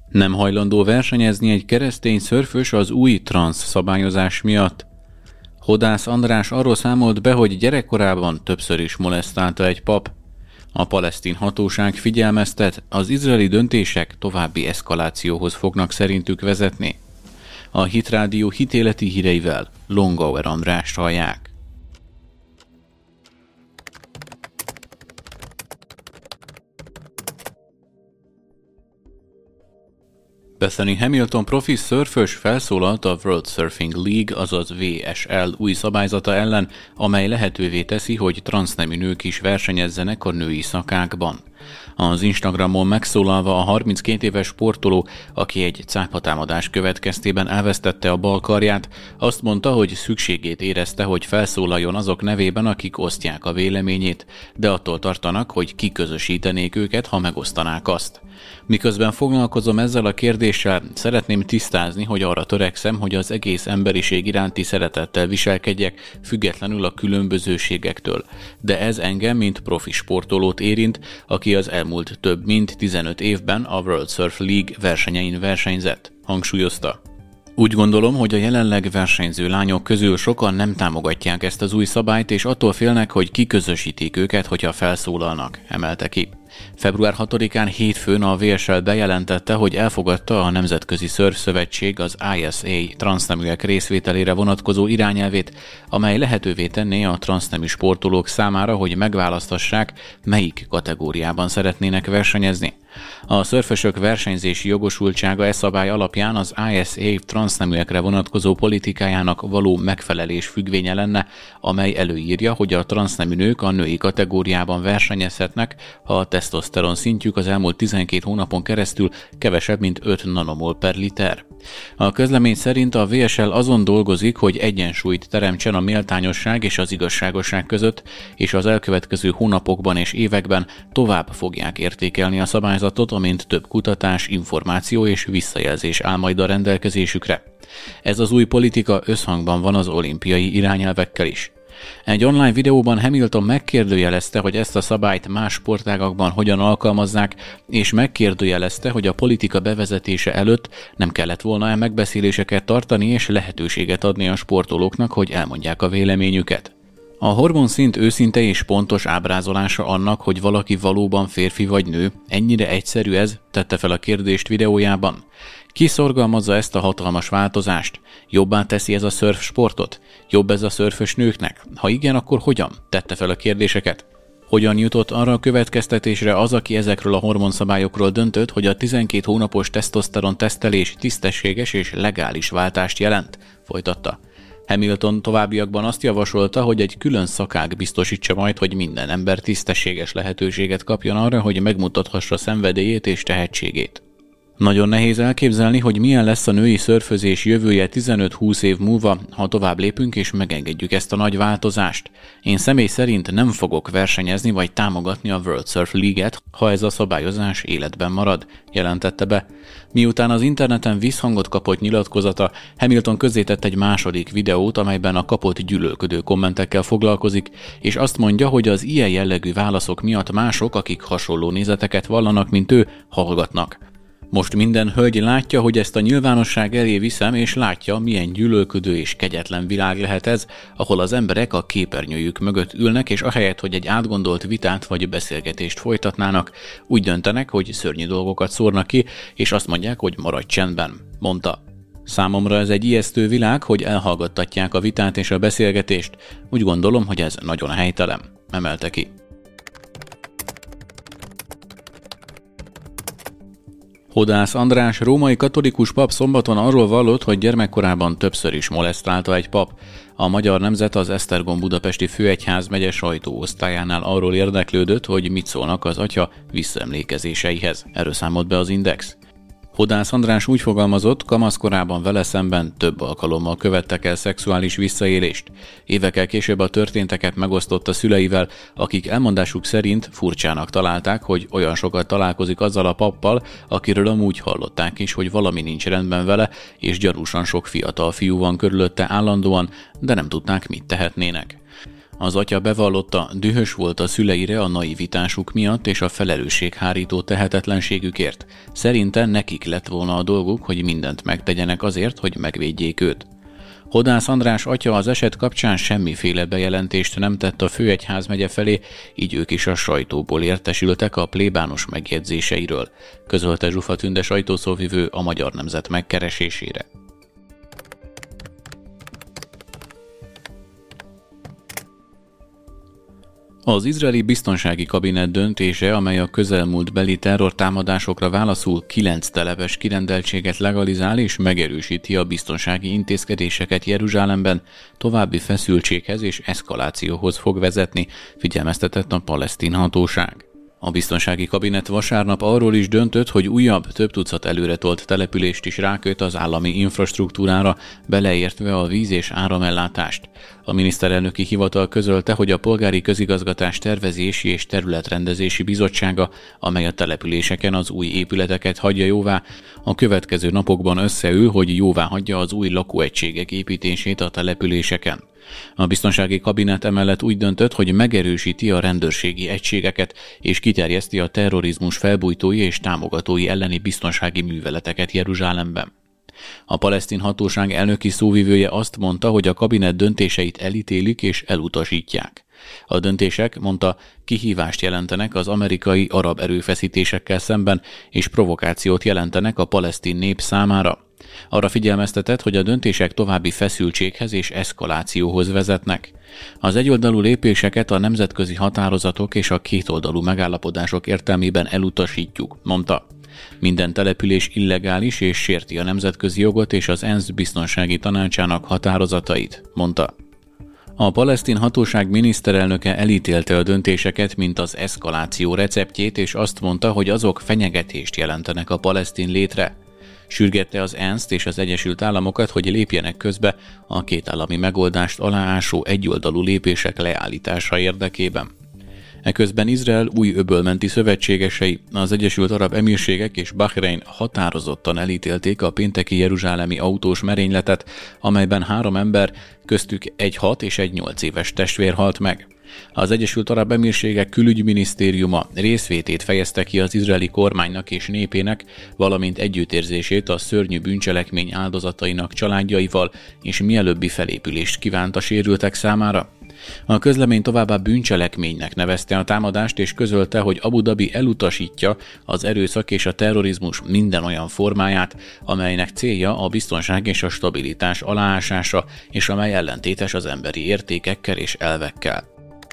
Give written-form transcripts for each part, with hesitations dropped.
Nem hajlandó versenyezni egy keresztény szörfös az új transz szabályozás miatt. Hodász András arról számolt be, hogy gyerekkorában többször is molesztálta egy pap. A palesztin hatóság figyelmeztet, az izraeli döntések további eszkalációhoz fognak szerintük vezetni. A Hitrádió hitéleti híreivel Longauer Andrást hallják. Bethany Hamilton profi szörfös felszólalt a World Surfing League, azaz WSL új szabályzata ellen, amely lehetővé teszi, hogy transznemű nők is versenyezzenek a női szakákban. Az Instagramon megszólalva a 32 éves sportoló, aki egy cápatámadás következtében elvesztette a bal karját, azt mondta, hogy szükségét érezte, hogy felszólaljon azok nevében, akik osztják a véleményét, de attól tartanak, hogy kiközösítenék őket, ha megosztanák azt. Miközben foglalkozom ezzel a kérdéssel, szeretném tisztázni, hogy arra törekszem, hogy az egész emberiség iránti szeretettel viselkedjek, függetlenül a különbözőségektől. De ez engem, mint profi sportolót érint, aki az elmúlt több mint 15 évben a World Surf League versenyein versenyzett, hangsúlyozta. Úgy gondolom, hogy a jelenleg versenyző lányok közül sokan nem támogatják ezt az új szabályt, és attól félnek, hogy kiközösítik őket, hogyha felszólalnak, emelte ki. Február 6-án hétfőn a WSL bejelentette, hogy elfogadta a Nemzetközi Szörfszövetség az ISA transzneműek részvételére vonatkozó irányelvét, amely lehetővé tenné a transznemű sportolók számára, hogy megválasztassák, melyik kategóriában szeretnének versenyezni. A szörfösök versenyzési jogosultsága e szabály alapján az ISA transzneműekre vonatkozó politikájának való megfelelés függvénye lenne, amely előírja, hogy a transznemű nők a női kategóriában versenyezhetnek, ha a tesztoszteron szintjük az elmúlt 12 hónapon keresztül kevesebb, mint 5 nanomol per liter. A közlemény szerint a WSL azon dolgozik, hogy egyensúlyt teremtsen a méltányosság és az igazságosság között, és az elkövetkező hónapokban és években tovább fogják értékelni a szabályzatot, amint több kutatás, információ és visszajelzés áll majd a rendelkezésükre. Ez az új politika összhangban van az olimpiai irányelvekkel is. Egy online videóban Hamilton megkérdőjelezte, hogy ezt a szabályt más sportágakban hogyan alkalmazzák, és megkérdőjelezte, hogy a politika bevezetése előtt nem kellett volna megbeszéléseket tartani és lehetőséget adni a sportolóknak, hogy elmondják a véleményüket. A hormonszint őszinte és pontos ábrázolása annak, hogy valaki valóban férfi vagy nő, ennyire egyszerű ez, tette fel a kérdést videójában. Ki szorgalmazza ezt a hatalmas változást? Jobbá teszi ez a szörf sportot? Jobb ez a szörfös nőknek? Ha igen, akkor hogyan? Tette fel a kérdéseket. Hogyan jutott arra a következtetésre az, aki ezekről a hormonszabályokról döntött, hogy a 12 hónapos tesztoszteron tesztelés tisztességes és legális váltást jelent? Folytatta. Hamilton továbbiakban azt javasolta, hogy egy külön szakág biztosítsa majd, hogy minden ember tisztességes lehetőséget kapjon arra, hogy megmutathassa szenvedélyét és tehetségét. Nagyon nehéz elképzelni, hogy milyen lesz a női szörfözés jövője 15-20 év múlva, ha tovább lépünk és megengedjük ezt a nagy változást. Én személy szerint nem fogok versenyezni vagy támogatni a World Surf League-et, ha ez a szabályozás életben marad, jelentette be. Miután az interneten visszhangot kapott nyilatkozata, Hamilton közzétett egy második videót, amelyben a kapott gyűlölködő kommentekkel foglalkozik, és azt mondja, hogy az ilyen jellegű válaszok miatt mások, akik hasonló nézeteket vallanak, mint ő, hallgatnak. Most minden hölgy látja, hogy ezt a nyilvánosság elé viszem, és látja, milyen gyűlölködő és kegyetlen világ lehet ez, ahol az emberek a képernyőjük mögött ülnek, és ahelyett, hogy egy átgondolt vitát vagy beszélgetést folytatnának, úgy döntenek, hogy szörnyű dolgokat szórnak ki, és azt mondják, hogy maradj csendben, mondta. Számomra ez egy ijesztő világ, hogy elhallgattatják a vitát és a beszélgetést. Úgy gondolom, hogy ez nagyon helytelen, emelte ki. Hodász András római katolikus pap szombaton arról vallott, hogy gyermekkorában többször is molesztálta egy pap. A Magyar Nemzet az Esztergom budapesti főegyházmegye sajtóosztályánál arról érdeklődött, hogy mit szólnak az atya visszaemlékezéseihez. Erről számolt be az Index. Hodász András úgy fogalmazott, kamaszkorában vele szemben több alkalommal követtek el szexuális visszaélést. Évekkel később a történteket megosztotta szüleivel, akik elmondásuk szerint furcsának találták, hogy olyan sokat találkozik azzal a pappal, akiről amúgy hallották is, hogy valami nincs rendben vele, és gyanúsan sok fiatal fiú van körülötte állandóan, de nem tudták, mit tehetnének. Az atya bevallotta, dühös volt a szüleire a naivitásuk miatt és a felelősséghárító tehetetlenségükért. Szerinte nekik lett volna a dolguk, hogy mindent megtegyenek azért, hogy megvédjék őt. Hodász András atya az eset kapcsán semmiféle bejelentést nem tett a főegyházmegye felé, így ők is a sajtóból értesültek a plébános megjegyzéseiről, közölte Zsufa Tünde sajtószóvivő a Magyar Nemzet megkeresésére. Az izraeli biztonsági kabinet döntése, amely a közelmúltbeli terrortámadásokra válaszul 9 telepes kirendeltséget legalizál és megerősíti a biztonsági intézkedéseket Jeruzsálemben, további feszültséghez és eszkalációhoz fog vezetni, figyelmeztetett a palesztin hatóság. A biztonsági kabinet vasárnap arról is döntött, hogy újabb, több tucat előretolt települést is ráköt az állami infrastruktúrára, beleértve a víz- és áramellátást. A miniszterelnöki hivatal közölte, hogy a Polgári Közigazgatás Tervezési és Területrendezési Bizottsága, amely a településeken az új épületeket hagyja jóvá, a következő napokban összeül, hogy jóvá hagyja az új lakóegységek építését a településeken. A biztonsági kabinet emellett úgy döntött, hogy megerősíti a rendőrségi egységeket és kiterjeszti a terrorizmus felbujtói és támogatói elleni biztonsági műveleteket Jeruzsálemben. A palesztin hatóság elnöki szóvivője azt mondta, hogy a kabinet döntéseit elítélik és elutasítják. A döntések, mondta, kihívást jelentenek az amerikai arab erőfeszítésekkel szemben, és provokációt jelentenek a palesztin nép számára. Arra figyelmeztetett, hogy a döntések további feszültséghez és eszkalációhoz vezetnek. Az egyoldalú lépéseket a nemzetközi határozatok és a kétoldalú megállapodások értelmében elutasítjuk, mondta. Minden település illegális és sérti a nemzetközi jogot és az ENSZ biztonsági tanácsának határozatait, mondta. A palesztin hatóság miniszterelnöke elítélte a döntéseket, mint az eszkaláció receptjét, és azt mondta, hogy azok fenyegetést jelentenek a palesztin létre. Sürgette az ENSZ-t és az Egyesült Államokat, hogy lépjenek közbe a kétállami megoldást aláásó egyoldalú lépések leállítása érdekében. Eközben Izrael új öbölmenti szövetségesei, az Egyesült Arab Emírségek és Bahrein határozottan elítélték a pénteki jeruzsálemi autós merényletet, amelyben 3 ember, köztük egy 6 és egy 8 éves testvér halt meg. Az Egyesült Arab Emírségek külügyminisztériuma részvétét fejezte ki az izraeli kormánynak és népének, valamint együttérzését a szörnyű bűncselekmény áldozatainak családjaival, és mielőbbi felépülést kívánt a sérültek számára. A közlemény továbbá bűncselekménynek nevezte a támadást, és közölte, hogy Abu Dhabi elutasítja az erőszak és a terrorizmus minden olyan formáját, amelynek célja a biztonság és a stabilitás aláásása, és amely ellentétes az emberi értékekkel és elvekkel.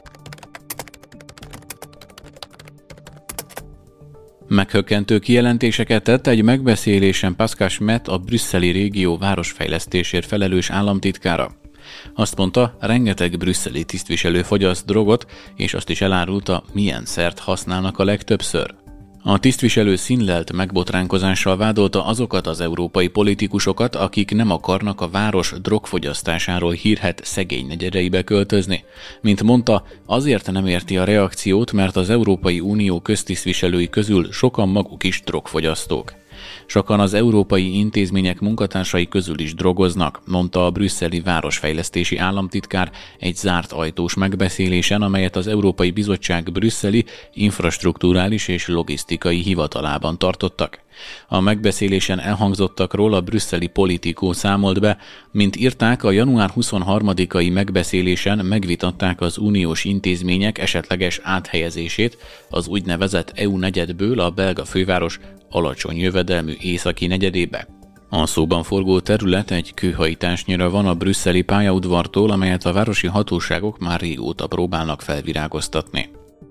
Meghökkentő kijelentéseket tett egy megbeszélésen Pascal Schmitt, a brüsszeli régió városfejlesztésért felelős államtitkára. Azt mondta, rengeteg brüsszeli tisztviselő fogyaszt drogot, és azt is elárulta, milyen szert használnak a legtöbbször. A tisztviselő színlelt megbotránkozással vádolta azokat az európai politikusokat, akik nem akarnak a város drogfogyasztásáról hírhedt szegény negyedeibe költözni. Mint mondta, azért nem érti a reakciót, mert az Európai Unió köztisztviselői közül sokan maguk is drogfogyasztók. Sokan az európai intézmények munkatársai közül is drogoznak, mondta a brüsszeli városfejlesztési államtitkár egy zárt ajtós megbeszélésen, amelyet az Európai Bizottság brüsszeli infrastrukturális és logisztikai hivatalában tartottak. A megbeszélésen elhangzottakról a brüsszeli Politico számolt be, mint írták, a január 23-ai megbeszélésen megvitatták az uniós intézmények esetleges áthelyezését az úgynevezett EU negyedből a belga főváros alacsony jövedelmű északi negyedébe. A szóban forgó terület egy kőhajtásnyira van a brüsszeli pályaudvartól, amelyet a városi hatóságok már régóta próbálnak felvirágoztatni.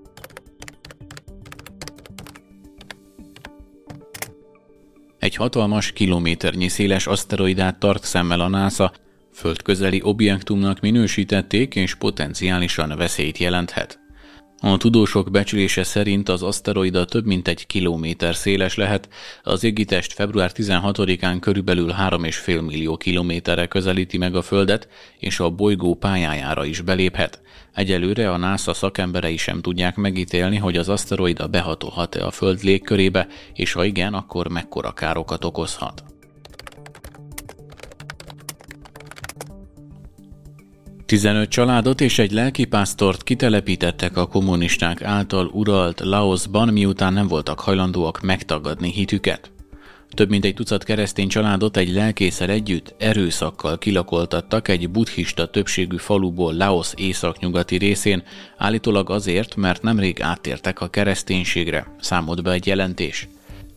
Egy hatalmas, kilométernyi széles aszteroidát tart szemmel a NASA, földközeli objektumnak minősítették és potenciálisan veszélyt jelenthet. A tudósok becslése szerint az aszteroida több mint 1 kilométer széles lehet, az égitest február 16-án körülbelül 3,5 millió kilométerre közelíti meg a Földet, és a bolygó pályájára is beléphet. Egyelőre a NASA szakemberei sem tudják megítélni, hogy az aszteroida behatolhat-e a Föld légkörébe, és ha igen, akkor mekkora károkat okozhat. 15 családot és egy lelkipásztort kitelepítettek a kommunisták által uralt Laoszban, miután nem voltak hajlandóak megtagadni hitüket. Több mint egy tucat keresztény családot egy lelkésszel együtt erőszakkal kilakoltattak egy buddhista többségű faluból Laosz északnyugati részén, állítólag azért, mert nemrég áttértek a kereszténységre, számolt be egy jelentés.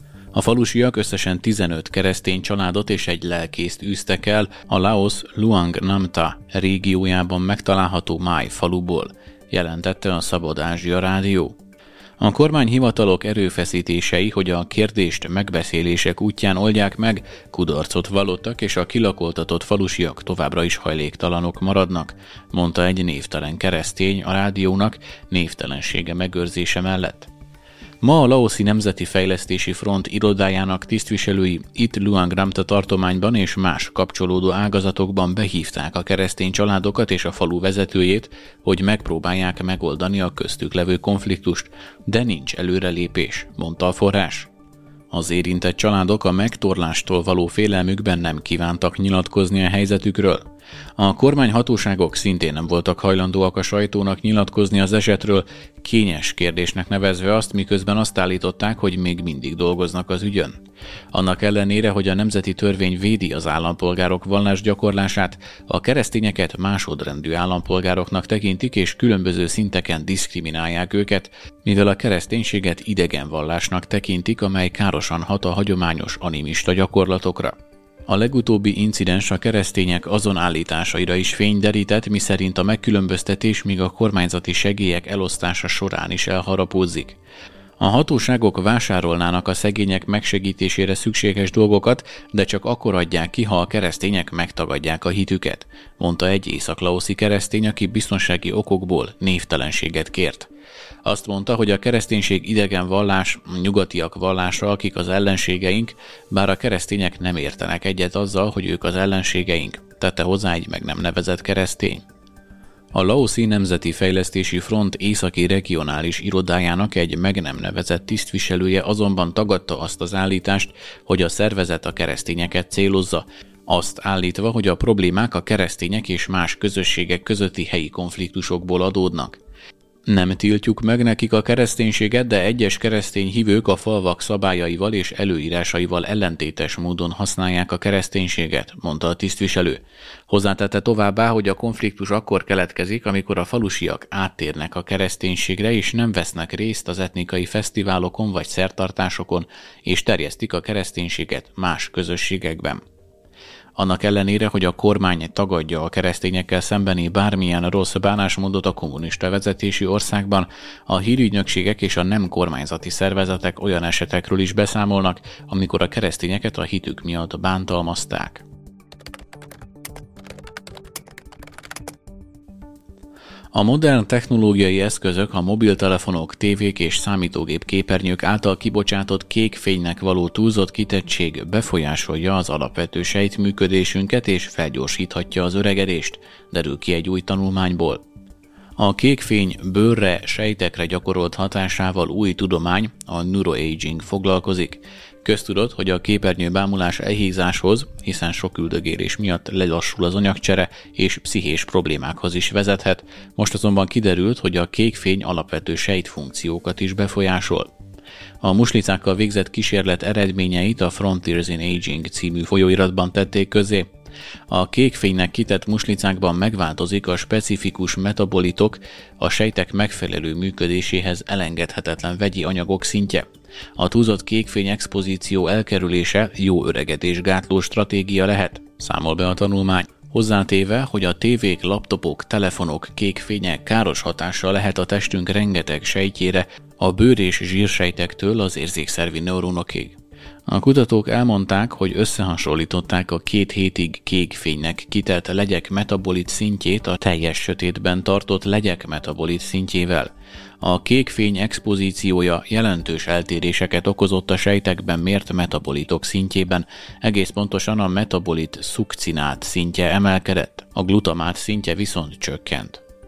A falusiak összesen 15 keresztény családot és egy lelkészt űztek el a Laosz Luang Namta régiójában megtalálható Mai faluból, jelentette a Szabad Ázsia rádió. A kormányhivatalok erőfeszítései, hogy a kérdést megbeszélések útján oldják meg, kudarcot vallottak, és a kilakoltatott falusiak továbbra is hajléktalanok maradnak, mondta egy névtelen keresztény a rádiónak névtelensége megőrzése mellett. Ma a Laoszi Nemzeti Fejlesztési Front irodájának tisztviselői itt Luang Namta tartományban és más kapcsolódó ágazatokban behívták a keresztény családokat és a falu vezetőjét, hogy megpróbálják megoldani a köztük levő konfliktust, de nincs előrelépés, mondta a forrás. Az érintett családok a megtorlástól való félelmükben nem kívántak nyilatkozni a helyzetükről. A kormányhatóságok szintén nem voltak hajlandóak a sajtónak nyilatkozni az esetről, kényes kérdésnek nevezve azt, miközben azt állították, hogy még mindig dolgoznak az ügyön. Annak ellenére, hogy a nemzeti törvény védi az állampolgárok vallásgyakorlását, a keresztényeket másodrendű állampolgároknak tekintik és különböző szinteken diszkriminálják őket, mivel a kereszténységet idegen vallásnak tekintik, amely károsan hat a hagyományos animista gyakorlatokra. A legutóbbi incidens a keresztények azon állításaira is fényt derített, miszerint a megkülönböztetés még a kormányzati segélyek elosztása során is elharapódzik. A hatóságok vásárolnának a szegények megsegítésére szükséges dolgokat, de csak akkor adják ki, ha a keresztények megtagadják a hitüket, mondta egy észak-laoszi keresztény, aki biztonsági okokból névtelenséget kért. Azt mondta, hogy a kereszténység idegen vallás, nyugatiak vallása, akik az ellenségeink, bár a keresztények nem értenek egyet azzal, hogy ők az ellenségeink, tette hozzá egy meg nem nevezett keresztény. A Laoszi Nemzeti Fejlesztési Front északi regionális irodájának egy meg nem nevezett tisztviselője azonban tagadta azt az állítást, hogy a szervezet a keresztényeket célozza, azt állítva, hogy a problémák a keresztények és más közösségek közötti helyi konfliktusokból adódnak. Nem tiltjuk meg nekik a kereszténységet, de egyes keresztény hívők a falvak szabályaival és előírásaival ellentétes módon használják a kereszténységet, mondta a tisztviselő. Hozzátette továbbá, hogy a konfliktus akkor keletkezik, amikor a falusiak áttérnek a kereszténységre és nem vesznek részt az etnikai fesztiválokon vagy szertartásokon, és terjesztik a kereszténységet más közösségekben. Annak ellenére, hogy a kormány tagadja a keresztényekkel szembeni bármilyen rossz bánásmódot a kommunista vezetési országban, a hírügynökségek és a nem kormányzati szervezetek olyan esetekről is beszámolnak, amikor a keresztényeket a hitük miatt bántalmazták. A modern technológiai eszközök, a mobiltelefonok, tévék és számítógép képernyők által kibocsátott kék fénynek való túlzott kitettség befolyásolja az alapvető sejtműködésünket és felgyorsíthatja az öregedést, derül ki egy új tanulmányból. A kék fény bőrre, sejtekre gyakorolt hatásával új tudomány, a neuroaging foglalkozik. Köztudott, hogy a képernyő bámulás elhízáshoz, hiszen sok üldögélés miatt lelassul az anyagcsere és pszichés problémákhoz is vezethet, most azonban kiderült, hogy a kék fény alapvető sejtfunkciókat is befolyásol. A muslicákkal végzett kísérlet eredményeit a Frontiers in Aging című folyóiratban tették közzé. A kék fénynek kitett muslicákban megváltozik a specifikus metabolitok, a sejtek megfelelő működéséhez elengedhetetlen vegyi anyagok szintje. A túlzott kékfény expozíció elkerülése jó öregedésgátló stratégia lehet, számol be a tanulmány. Hozzátéve, hogy a tévék, laptopok, telefonok kékfénye káros hatással lehet a testünk rengeteg sejtjére, a bőr- és zsírsejtektől az érzékszervi neuronokig. A kutatók elmondták, hogy összehasonlították a 2 hétig kék fénynek kitett legyek metabolit szintjét a teljes sötétben tartott legyek metabolit szintjével. A kék fény expozíciója jelentős eltéréseket okozott a sejtekben mért metabolitok szintjében, egész pontosan a metabolit szukcinát szintje emelkedett, a glutamát szintje viszont csökkent.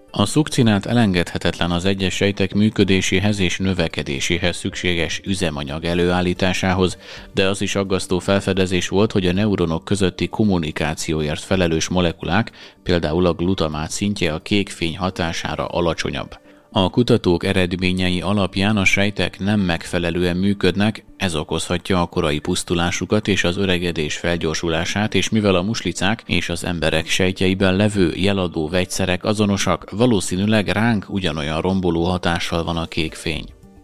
A szukcinát elengedhetetlen az egyes sejtek működéséhez és növekedéséhez szükséges üzemanyag előállításához, de az is aggasztó felfedezés volt, hogy a neuronok közötti kommunikációért felelős molekulák, például a glutamát szintje a kék fény hatására alacsonyabb. A kutatók eredményei alapján a sejtek nem megfelelően működnek, ez okozhatja a korai pusztulásukat és az öregedés felgyorsulását, és mivel a muslicák és az emberek sejtjeiben levő jeladó vegyszerek azonosak, valószínűleg ránk ugyanolyan romboló hatással van a kék fény.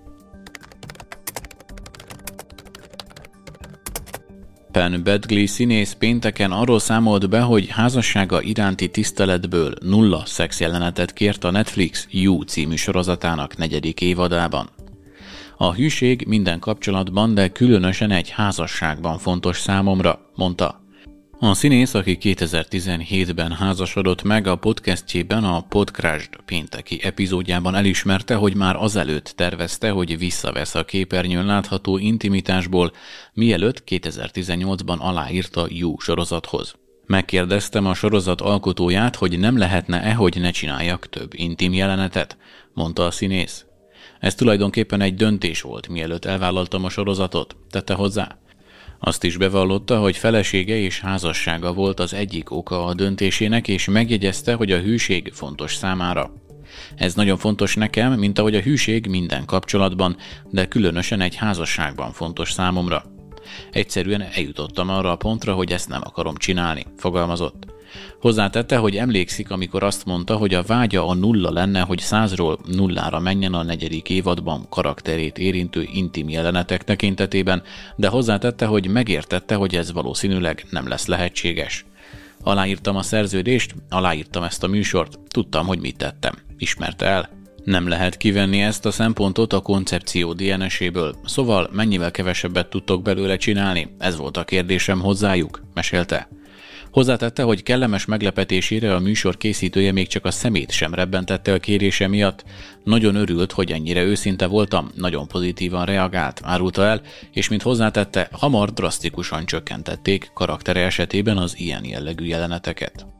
Penn Badgley színész pénteken arról számolt be, hogy házassága iránti tiszteletből 0 szexjelenetet kért a Netflix You című sorozatának 4. évadában. A hűség minden kapcsolatban, de különösen egy házasságban fontos számomra, mondta. A színész, aki 2017-ben házasodott meg, a podcastjében, a Podcrushed pénteki epizódjában elismerte, hogy már azelőtt tervezte, hogy visszavesz a képernyőn látható intimitásból, mielőtt 2018-ban aláírta a You sorozathoz. Megkérdeztem a sorozat alkotóját, hogy nem lehetne-e, hogy ne csináljak több intim jelenetet, mondta a színész. Ez tulajdonképpen egy döntés volt, mielőtt elvállaltam a sorozatot, tette hozzá. Azt is bevallotta, hogy felesége és házassága volt az egyik oka a döntésének, és megjegyezte, hogy a hűség fontos számára. Ez nagyon fontos nekem, mint ahogy a hűség minden kapcsolatban, de különösen egy házasságban fontos számomra. Egyszerűen eljutottam arra a pontra, hogy ezt nem akarom csinálni, fogalmazott. Hozzátette, hogy emlékszik, amikor azt mondta, hogy a vágya a 0 lenne, hogy 100-ról 0-ra menjen a 4. évadban karakterét érintő intim jelenetek tekintetében, de hozzátette, hogy megértette, hogy ez valószínűleg nem lesz lehetséges. Aláírtam a szerződést, aláírtam ezt a műsort, tudtam, hogy mit tettem. Ismerte el. Nem lehet kivenni ezt a szempontot a koncepció DNS-éből, szóval mennyivel kevesebbet tudtok belőle csinálni, ez volt a kérdésem hozzájuk, mesélte. Hozzátette, hogy kellemes meglepetésére a műsor készítője még csak a szemét sem rebbentette a kérése miatt. Nagyon örült, hogy ennyire őszinte voltam, nagyon pozitívan reagált, árulta el, és mint hozzátette, hamar drasztikusan csökkentették karaktere esetében az ilyen jellegű jeleneteket.